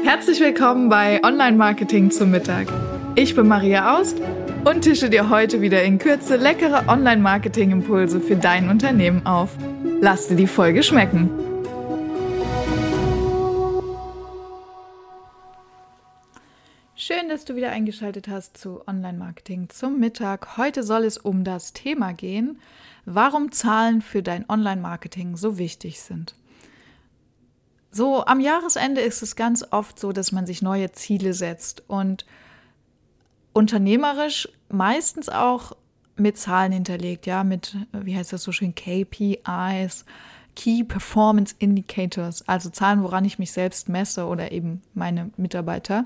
Herzlich willkommen bei Online-Marketing zum Mittag. Ich bin Maria Aust und tische dir heute wieder in Kürze leckere Online-Marketing-Impulse für dein Unternehmen auf. Lass dir die Folge schmecken. Schön, dass du wieder eingeschaltet hast zu Online-Marketing zum Mittag. Heute soll es um das Thema gehen, warum Zahlen für dein Online-Marketing so wichtig sind. So, am Jahresende ist es ganz oft so, dass man sich neue Ziele setzt und unternehmerisch meistens auch mit Zahlen hinterlegt, ja, mit, wie heißt das so schön, KPIs, Key Performance Indicators, also Zahlen, woran ich mich selbst messe oder eben meine Mitarbeiter.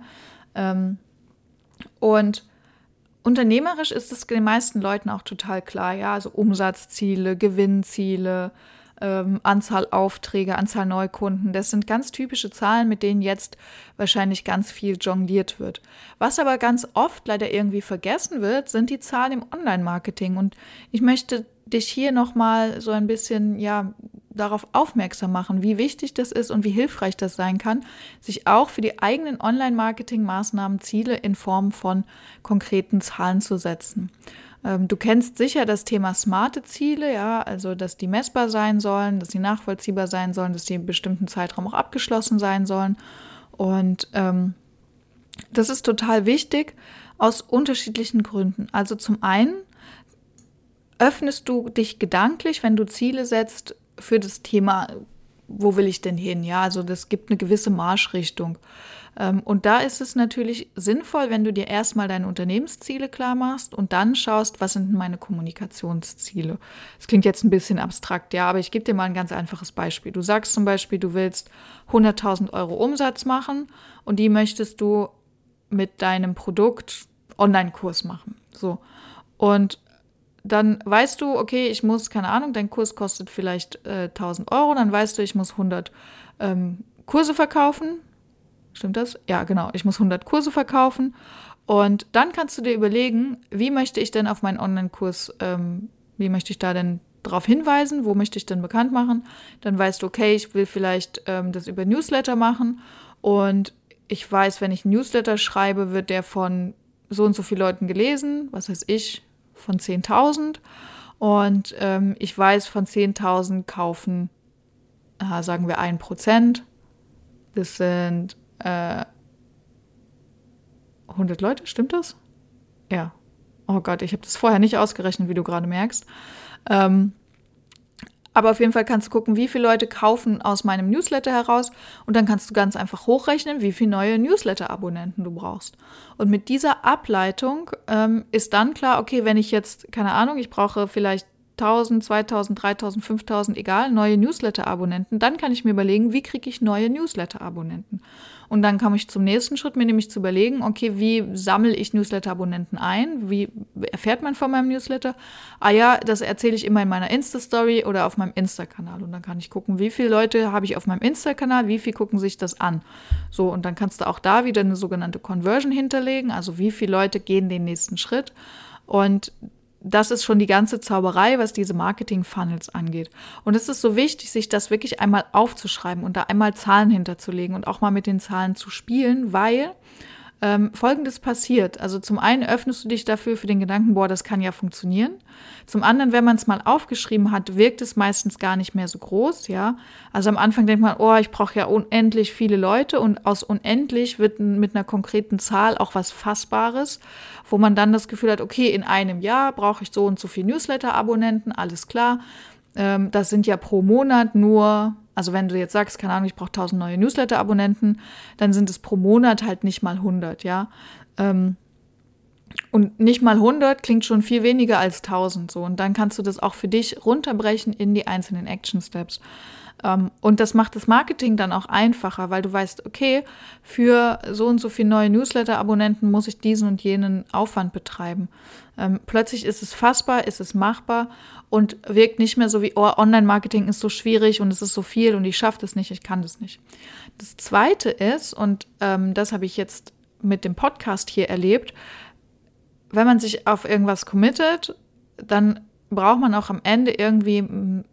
Und unternehmerisch ist es den meisten Leuten auch total klar, ja, also Umsatzziele, Gewinnziele, Anzahl Aufträge, Anzahl Neukunden, das sind ganz typische Zahlen, mit denen jetzt wahrscheinlich ganz viel jongliert wird. Was aber ganz oft leider irgendwie vergessen wird, sind die Zahlen im Online-Marketing. Und ich möchte dich hier nochmal so ein bisschen, ja, darauf aufmerksam machen, wie wichtig das ist und wie hilfreich das sein kann, sich auch für die eigenen Online-Marketing-Maßnahmen Ziele in Form von konkreten Zahlen zu setzen. Du kennst sicher das Thema smarte Ziele, ja, also dass die messbar sein sollen, dass sie nachvollziehbar sein sollen, dass sie in einem bestimmten Zeitraum auch abgeschlossen sein sollen. Und das ist total wichtig aus unterschiedlichen Gründen. Also zum einen öffnest du dich gedanklich, wenn du Ziele setzt, für das Thema, wo will ich denn hin? Ja, also das gibt eine gewisse Marschrichtung. Und da ist es natürlich sinnvoll, wenn du dir erstmal deine Unternehmensziele klar machst und dann schaust, was sind meine Kommunikationsziele. Das klingt jetzt ein bisschen abstrakt, ja, aber ich gebe dir mal ein ganz einfaches Beispiel. Du sagst zum Beispiel, du willst 100.000 Euro Umsatz machen und die möchtest du mit deinem Produkt Online-Kurs machen. So. Und dann weißt du, okay, ich muss, keine Ahnung, dein Kurs kostet vielleicht 1.000 Euro, dann weißt du, ich muss 100 Kurse verkaufen. Stimmt das? Ja, genau. Ich muss 100 Kurse verkaufen und dann kannst du dir überlegen, wie möchte ich denn auf meinen Online-Kurs, wie möchte ich da denn drauf hinweisen, wo möchte ich denn bekannt machen? Dann weißt du, okay, ich will vielleicht das über Newsletter machen und ich weiß, wenn ich einen Newsletter schreibe, wird der von so und so vielen Leuten gelesen, was weiß ich, von 10.000 und ich weiß, von 10.000 kaufen, sagen wir 1%, das sind 100 Leute, stimmt das? Ja. Oh Gott, ich habe das vorher nicht ausgerechnet, wie du gerade merkst. Aber auf jeden Fall kannst du gucken, wie viele Leute kaufen aus meinem Newsletter heraus und dann kannst du ganz einfach hochrechnen, wie viele neue Newsletter-Abonnenten du brauchst. Und mit dieser Ableitung ist dann klar, okay, wenn ich jetzt, keine Ahnung, ich brauche vielleicht 1.000, 2.000, 3.000, 5.000, egal, neue Newsletter-Abonnenten, dann kann ich mir überlegen, wie kriege ich neue Newsletter-Abonnenten. Und dann komme ich zum nächsten Schritt, mir nämlich zu überlegen, okay, wie sammle ich Newsletter-Abonnenten ein? Wie erfährt man von meinem Newsletter? Ah ja, das erzähle ich immer in meiner Insta-Story oder auf meinem Insta-Kanal. Und dann kann ich gucken, wie viele Leute habe ich auf meinem Insta-Kanal, wie viel gucken sich das an? So, und dann kannst du auch da wieder eine sogenannte Conversion hinterlegen, also wie viele Leute gehen den nächsten Schritt. Und das ist schon die ganze Zauberei, was diese Marketing-Funnels angeht. Und es ist so wichtig, sich das wirklich einmal aufzuschreiben und da einmal Zahlen hinterzulegen und auch mal mit den Zahlen zu spielen, weil Folgendes passiert. Also zum einen öffnest du dich dafür für den Gedanken, boah, das kann ja funktionieren. Zum anderen, wenn man es mal aufgeschrieben hat, wirkt es meistens gar nicht mehr so groß, ja. Also am Anfang denkt man, oh, ich brauche ja unendlich viele Leute und aus unendlich wird mit einer konkreten Zahl auch was Fassbares, wo man dann das Gefühl hat, okay, in einem Jahr brauche ich so und so viel Newsletter-Abonnenten, alles klar. Das sind ja pro Monat nur, also wenn du jetzt sagst, keine Ahnung, ich brauche 1.000 neue Newsletter-Abonnenten, dann sind es pro Monat halt nicht mal 100, ja. Und nicht mal 100 klingt schon viel weniger als 1.000, so. Und dann kannst du das auch für dich runterbrechen in die einzelnen Action-Steps. Und das macht das Marketing dann auch einfacher, weil du weißt, okay, für so und so viele neue Newsletter-Abonnenten muss ich diesen und jenen Aufwand betreiben. Plötzlich ist es fassbar, ist es machbar und wirkt nicht mehr so wie, oh, Online-Marketing ist so schwierig und es ist so viel und ich schaffe das nicht, ich kann das nicht. Das Zweite ist, und das habe ich jetzt mit dem Podcast hier erlebt, wenn man sich auf irgendwas committet, dann braucht man auch am Ende irgendwie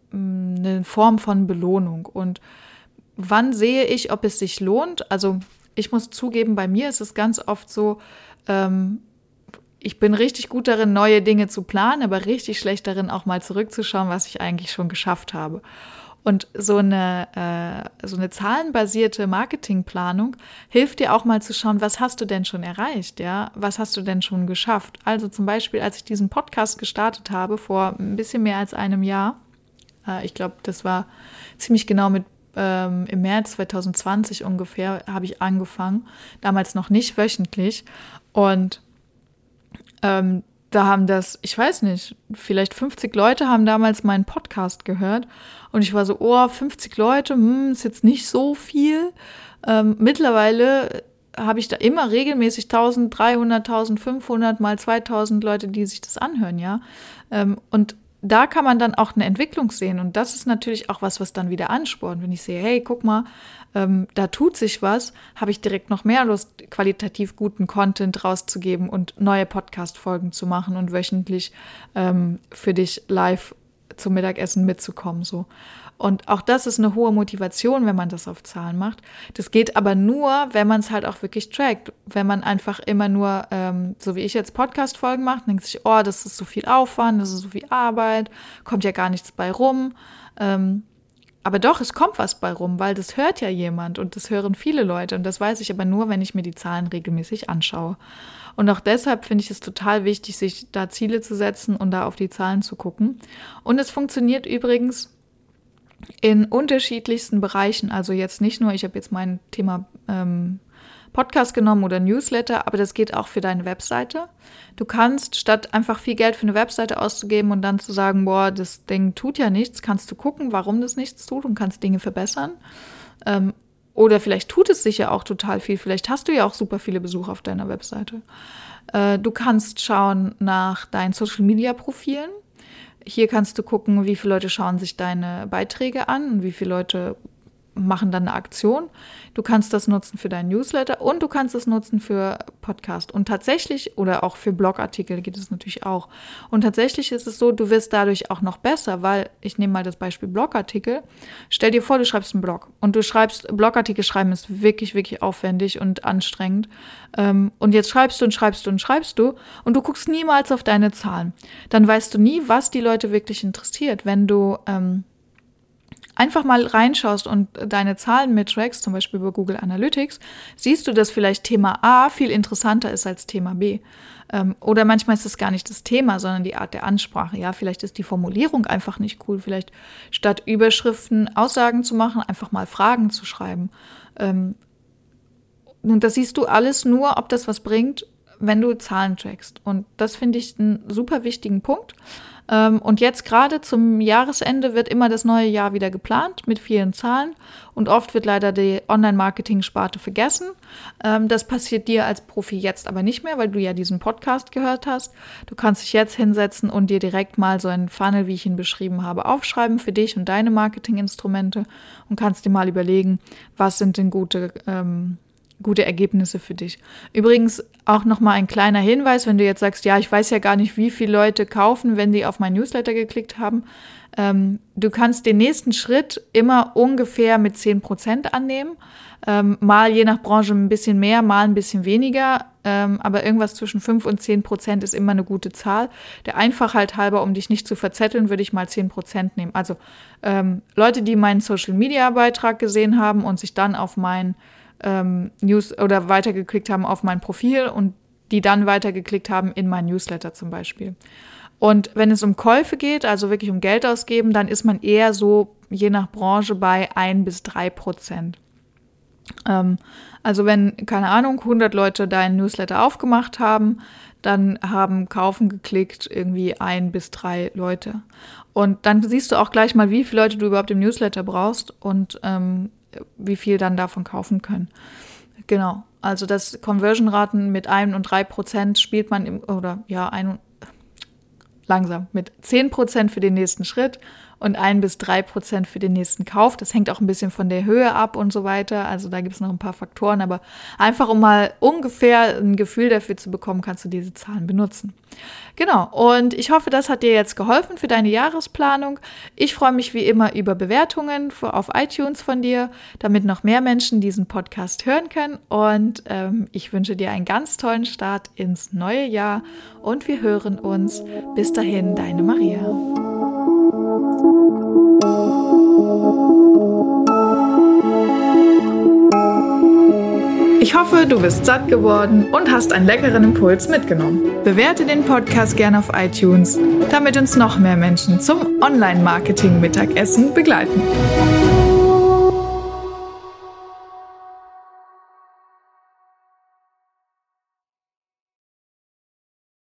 eine Form von Belohnung. Und wann sehe ich, ob es sich lohnt? Also ich muss zugeben, bei mir ist es ganz oft so, ich bin richtig gut darin, neue Dinge zu planen, aber richtig schlecht darin, auch mal zurückzuschauen, was ich eigentlich schon geschafft habe. Und so eine zahlenbasierte Marketingplanung hilft dir auch mal zu schauen, was hast du denn schon erreicht, ja? Was hast du denn schon geschafft? Also zum Beispiel, als ich diesen Podcast gestartet habe, vor ein bisschen mehr als einem Jahr, ich glaube, das war ziemlich genau im März 2020 ungefähr, habe ich angefangen, damals noch nicht wöchentlich. Und da haben ich weiß nicht, vielleicht 50 Leute haben damals meinen Podcast gehört. Und ich war so, 50 Leute, ist jetzt nicht so viel. Mittlerweile habe ich da immer regelmäßig 1300, 1500 mal 2000 Leute, die sich das anhören, ja. Und da kann man dann auch eine Entwicklung sehen. Und das ist natürlich auch was dann wieder anspornt. Wenn ich sehe, hey, guck mal, da tut sich was, habe ich direkt noch mehr Lust, qualitativ guten Content rauszugeben und neue Podcast-Folgen zu machen und wöchentlich für dich live zum Mittagessen mitzukommen, so. Und auch das ist eine hohe Motivation, wenn man das auf Zahlen macht. Das geht aber nur, wenn man es halt auch wirklich trackt. Wenn man einfach immer nur, so wie ich jetzt Podcast-Folgen mache, denkt sich, das ist so viel Aufwand, das ist so viel Arbeit, kommt ja gar nichts bei rum. Aber doch, es kommt was bei rum, weil das hört ja jemand und das hören viele Leute. Und das weiß ich aber nur, wenn ich mir die Zahlen regelmäßig anschaue. Und auch deshalb finde ich es total wichtig, sich da Ziele zu setzen und da auf die Zahlen zu gucken. Und es funktioniert übrigens in unterschiedlichsten Bereichen. Also jetzt nicht nur, ich habe jetzt mein Thema Podcast genommen oder Newsletter, aber das geht auch für deine Webseite. Du kannst, statt einfach viel Geld für eine Webseite auszugeben und dann zu sagen, das Ding tut ja nichts, kannst du gucken, warum das nichts tut und kannst Dinge verbessern. Oder vielleicht tut es sicher auch total viel. Vielleicht hast du ja auch super viele Besucher auf deiner Webseite. Du kannst schauen nach deinen Social-Media-Profilen. Hier kannst du gucken, wie viele Leute schauen sich deine Beiträge an und wie viele Leute machen dann eine Aktion. Du kannst das nutzen für deinen Newsletter und du kannst es nutzen für Podcast. Und tatsächlich, oder auch für Blogartikel geht es natürlich auch. Und tatsächlich ist es so, du wirst dadurch auch noch besser, weil, ich nehme mal das Beispiel Blogartikel. Stell dir vor, du schreibst einen Blog und du schreibst, Blogartikel schreiben ist wirklich, wirklich aufwendig und anstrengend. Und jetzt schreibst du und du guckst niemals auf deine Zahlen. Dann weißt du nie, was die Leute wirklich interessiert. Wenn du einfach mal reinschaust und deine Zahlen mittrackst, zum Beispiel über Google Analytics, siehst du, dass vielleicht Thema A viel interessanter ist als Thema B. Oder manchmal ist es gar nicht das Thema, sondern die Art der Ansprache. Ja, vielleicht ist die Formulierung einfach nicht cool. Vielleicht statt Überschriften Aussagen zu machen, einfach mal Fragen zu schreiben. Und das siehst du alles nur, ob das was bringt, wenn du Zahlen trackst. Und das finde ich einen super wichtigen Punkt. Und jetzt gerade zum Jahresende wird immer das neue Jahr wieder geplant mit vielen Zahlen. Und oft wird leider die Online-Marketing-Sparte vergessen. Das passiert dir als Profi jetzt aber nicht mehr, weil du ja diesen Podcast gehört hast. Du kannst dich jetzt hinsetzen und dir direkt mal so einen Funnel, wie ich ihn beschrieben habe, aufschreiben für dich und deine Marketinginstrumente und kannst dir mal überlegen, was sind denn gute Ergebnisse für dich. Übrigens auch nochmal ein kleiner Hinweis, wenn du jetzt sagst, ja, ich weiß ja gar nicht, wie viele Leute kaufen, wenn sie auf mein Newsletter geklickt haben. Du kannst den nächsten Schritt immer ungefähr mit 10% annehmen. Mal je nach Branche ein bisschen mehr, mal ein bisschen weniger. Aber irgendwas zwischen 5 und 10% ist immer eine gute Zahl. Der Einfachheit halber, um dich nicht zu verzetteln, würde ich mal 10% nehmen. Also Leute, die meinen Social-Media-Beitrag gesehen haben und sich dann auf mein News oder weitergeklickt haben auf mein Profil und die dann weitergeklickt haben in mein Newsletter zum Beispiel. Und wenn es um Käufe geht, also wirklich um Geld ausgeben, dann ist man eher so, je nach Branche, bei 1-3%. Also wenn, keine Ahnung, 100 Leute deinen Newsletter aufgemacht haben, dann haben kaufen geklickt irgendwie 1 bis 3 Leute. Und dann siehst du auch gleich mal, wie viele Leute du überhaupt im Newsletter brauchst und wie viel dann davon kaufen können. Genau, also das Conversion-Raten mit 1 und 3% spielt man langsam mit 10% für den nächsten Schritt und 1-3% für den nächsten Kauf. Das hängt auch ein bisschen von der Höhe ab und so weiter. Also da gibt es noch ein paar Faktoren, aber einfach um mal ungefähr ein Gefühl dafür zu bekommen, kannst du diese Zahlen benutzen. Genau, und ich hoffe, das hat dir jetzt geholfen für deine Jahresplanung. Ich freue mich wie immer über Bewertungen auf iTunes von dir, damit noch mehr Menschen diesen Podcast hören können. Und ich wünsche dir einen ganz tollen Start ins neue Jahr und wir hören uns. Bis dahin, deine Maria. Ich hoffe, du bist satt geworden und hast einen leckeren Impuls mitgenommen. Bewerte den Podcast gerne auf iTunes, damit uns noch mehr Menschen zum Online-Marketing-Mittagessen begleiten.